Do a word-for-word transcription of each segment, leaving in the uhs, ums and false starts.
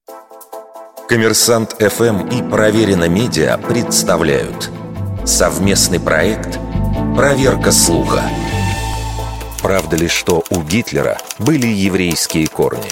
Коммерсант эф эм и Проверено Медиа представляют совместный проект «Проверка слуха». Правда ли, что у Гитлера были еврейские корни?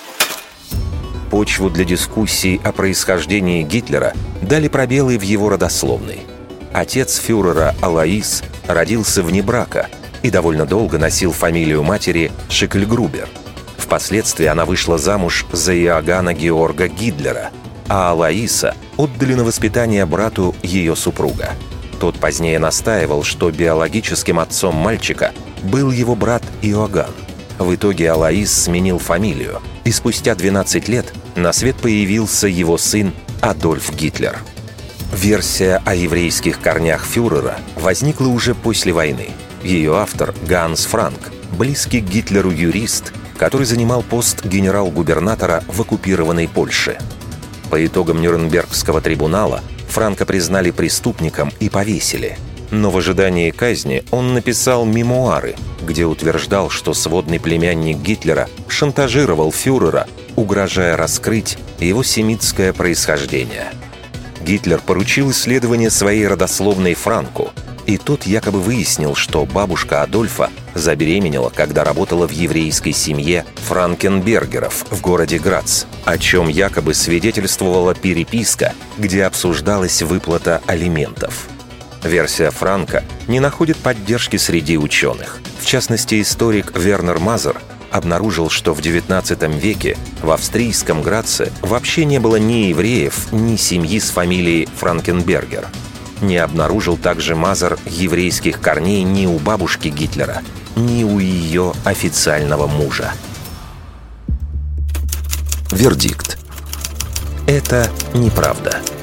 Почву для дискуссий о происхождении Гитлера дали пробелы в его родословной. Отец фюрера Алоис родился вне брака и довольно долго носил фамилию матери Шикльгрубер. Впоследствии она вышла замуж за Иоганна Георга Гитлера, а Алоиса отдали на воспитание брату ее супруга. Тот позднее настаивал, что биологическим отцом мальчика был его брат Иоганн. В итоге Алоис сменил фамилию, и спустя двенадцать лет на свет появился его сын Адольф Гитлер. Версия о еврейских корнях фюрера возникла уже после войны. Ее автор Ганс Франк, близкий к Гитлеру юрист, который занимал пост генерал-губернатора в оккупированной Польше. По итогам Нюрнбергского трибунала Франка признали преступником и повесили. Но в ожидании казни он написал мемуары, где утверждал, что сводный племянник Гитлера шантажировал фюрера, угрожая раскрыть его семитское происхождение. Гитлер поручил исследование своей родословной Франку, и тот якобы выяснил, что бабушка Адольфа забеременела, когда работала в еврейской семье Франкенбергеров в городе Грац, о чем якобы свидетельствовала переписка, где обсуждалась выплата алиментов. Версия Франка не находит поддержки среди ученых. В частности, историк Вернер Мазер обнаружил, что в девятнадцатом веке в австрийском Граце вообще не было ни евреев, ни семьи с фамилией Франкенбергер. Не обнаружил также Мазер еврейских корней ни у бабушки Гитлера, ни у ее официального мужа. Вердикт. Это неправда.